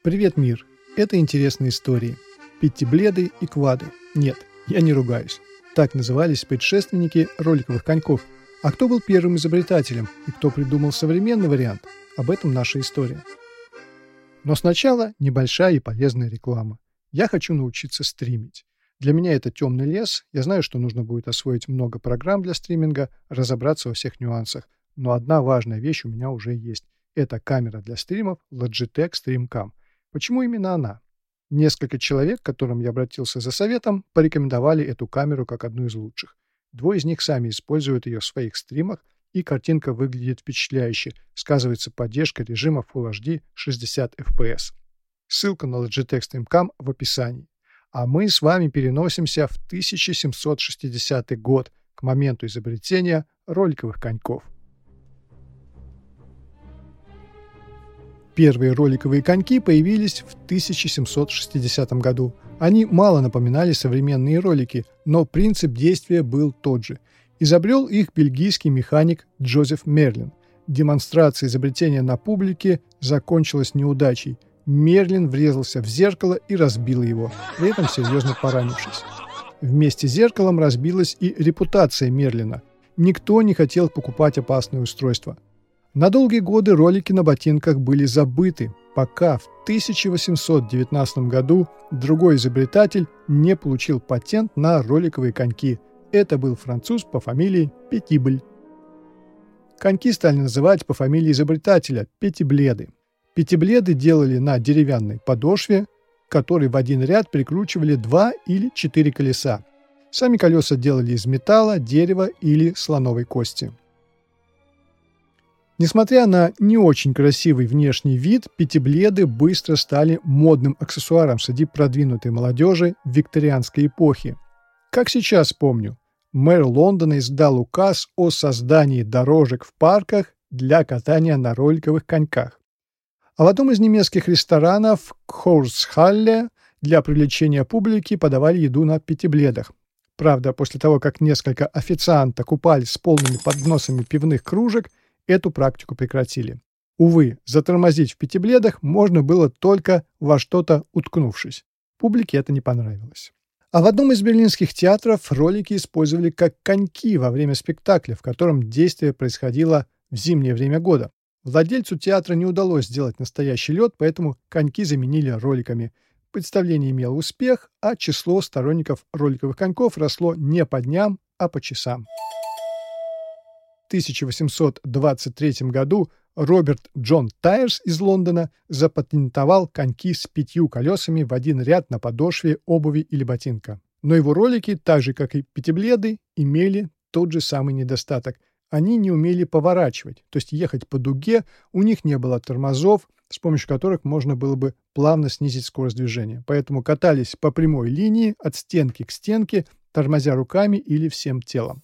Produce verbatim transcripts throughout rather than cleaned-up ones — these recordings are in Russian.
Привет, мир! Это интересные истории. Пятибледы и квады. Нет, я не ругаюсь. Так назывались предшественники роликовых коньков. А кто был первым изобретателем и кто придумал современный вариант? Об этом наша история. Но сначала небольшая и полезная реклама. Я хочу научиться стримить. Для меня это темный лес. Я знаю, что нужно будет освоить много программ для стриминга, разобраться во всех нюансах. Но одна важная вещь у меня уже есть. Это камера для стримов Logitech StreamCam. Почему именно она? Несколько человек, к которым я обратился за советом, порекомендовали эту камеру как одну из лучших. Двое из них сами используют ее в своих стримах, и картинка выглядит впечатляюще. Сказывается поддержка режима Full эйч ди шестьдесят эф пи эс. Ссылка на Logitech StreamCam в описании. А мы с вами переносимся в тысяча семьсот шестидесятый год, к моменту изобретения роликовых коньков. Первые роликовые коньки появились в тысяча семьсот шестидесятом году. Они мало напоминали современные ролики, но принцип действия был тот же. Изобрел их бельгийский механик Джозеф Мерлин. Демонстрация изобретения на публике закончилась неудачей. Мерлин врезался в зеркало и разбил его, при этом серьезно поранившись. Вместе с зеркалом разбилась и репутация Мерлина. Никто не хотел покупать опасное устройство. На долгие годы ролики на ботинках были забыты, пока в тысяча восемьсот девятнадцатом году другой изобретатель не получил патент на роликовые коньки. Это был француз по фамилии Петибль. Коньки стали называть по фамилии изобретателя – пятибледы. Пятибледы делали на деревянной подошве, к которой в один ряд прикручивали два или четыре колеса. Сами колеса делали из металла, дерева или слоновой кости. Несмотря на не очень красивый внешний вид, пятибледы быстро стали модным аксессуаром среди продвинутой молодежи викторианской эпохи. Как сейчас помню, мэр Лондона издал указ о создании дорожек в парках для катания на роликовых коньках. А в одном из немецких ресторанов Курсхалле для привлечения публики подавали еду на пятибледах. Правда, после того, как несколько официанток упали с полными подносами пивных кружек, эту практику прекратили. Увы, затормозить в пятибледах можно было только во что-то уткнувшись. Публике это не понравилось. А в одном из берлинских театров ролики использовали как коньки во время спектакля, в котором действие происходило в зимнее время года. Владельцу театра не удалось сделать настоящий лед, поэтому коньки заменили роликами. Представление имело успех, а число сторонников роликовых коньков росло не по дням, а по часам. В тысяча восемьсот двадцать третьем году Роберт Джон Тайерс из Лондона запатентовал коньки с пятью колесами в один ряд на подошве обуви или ботинка. Но его ролики, так же как и пятибледы, имели тот же самый недостаток. Они не умели поворачивать, то есть ехать по дуге, у них не было тормозов, с помощью которых можно было бы плавно снизить скорость движения. Поэтому катались по прямой линии от стенки к стенке, тормозя руками или всем телом.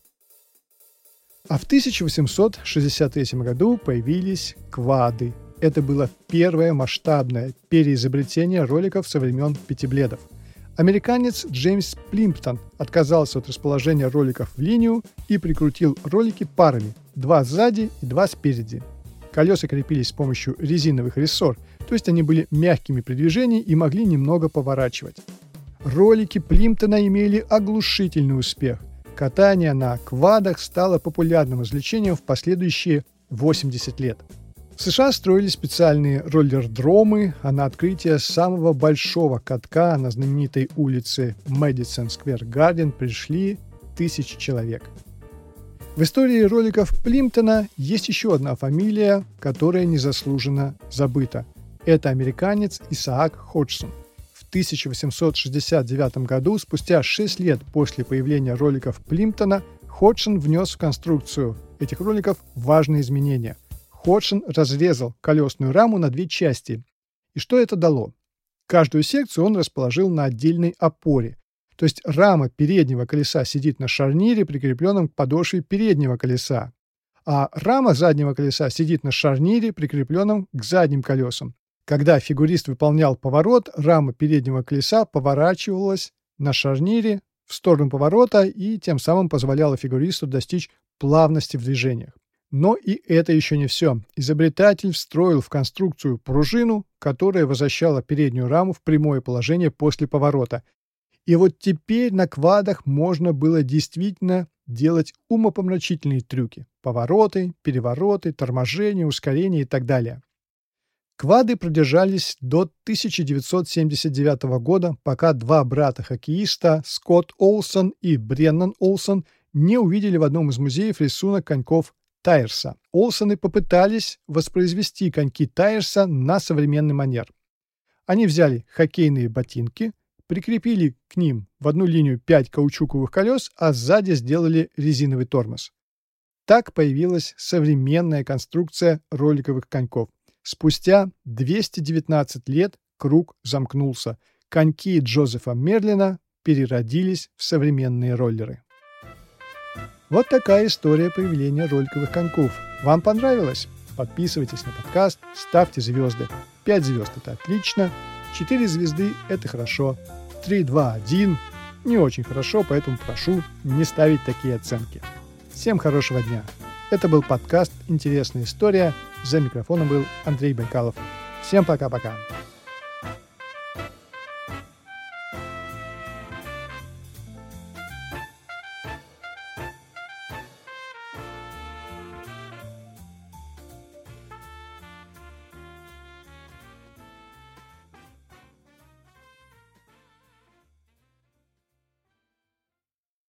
А в тысяча восемьсот шестьдесят третьем году появились квады. Это было первое масштабное переизобретение роликов со времен пятибледов. Американец Джеймс Плимптон отказался от расположения роликов в линию и прикрутил ролики парами, два сзади и два спереди. Колеса крепились с помощью резиновых рессор, то есть они были мягкими при движении и могли немного поворачивать. Ролики Плимптона имели оглушительный успех. Катание на квадах стало популярным развлечением в последующие восемьдесят лет. В США строили специальные роллердромы, а на открытие самого большого катка на знаменитой улице Мэдисон Сквер Гарден пришли тысячи человек. В истории роликов Плимптона есть еще одна фамилия, которая незаслуженно забыта. Это американец Исаак Ходжсон. В тысяча восемьсот шестьдесят девятом году, спустя шесть лет после появления роликов Плимптона, Ходжсон внес в конструкцию этих роликов важные изменения. Ходжсон разрезал колесную раму на две части. И что это дало? Каждую секцию он расположил на отдельной опоре. То есть рама переднего колеса сидит на шарнире, прикрепленном к подошве переднего колеса, а рама заднего колеса сидит на шарнире, прикрепленном к задним колесам. Когда фигурист выполнял поворот, рама переднего колеса поворачивалась на шарнире в сторону поворота и тем самым позволяла фигуристу достичь плавности в движениях. Но и это еще не все. Изобретатель встроил в конструкцию пружину, которая возвращала переднюю раму в прямое положение после поворота. И вот теперь на квадах можно было действительно делать умопомрачительные трюки. Повороты, перевороты, торможения, ускорения и так далее. Квады продержались до тысяча девятьсот семьдесят девятого года, пока два брата-хоккеиста Скотт Олсон и Бреннан Олсон не увидели в одном из музеев рисунок коньков Тайерса. Олсоны попытались воспроизвести коньки Тайерса на современный манер. Они взяли хоккейные ботинки, прикрепили к ним в одну линию пять каучуковых колес, а сзади сделали резиновый тормоз. Так появилась современная конструкция роликовых коньков. Спустя двести девятнадцать лет круг замкнулся. Коньки Джозефа Мерлина переродились в современные роллеры. Вот такая история появления роликовых коньков. Вам понравилось? Подписывайтесь на подкаст, ставьте звезды. пять звезд – это отлично, четыре звезды – это хорошо, три, два, один – не очень хорошо, поэтому прошу не ставить такие оценки. Всем хорошего дня. Это был подкаст «Интересная история». За микрофоном был Андрей Байкалов. Всем пока-пока.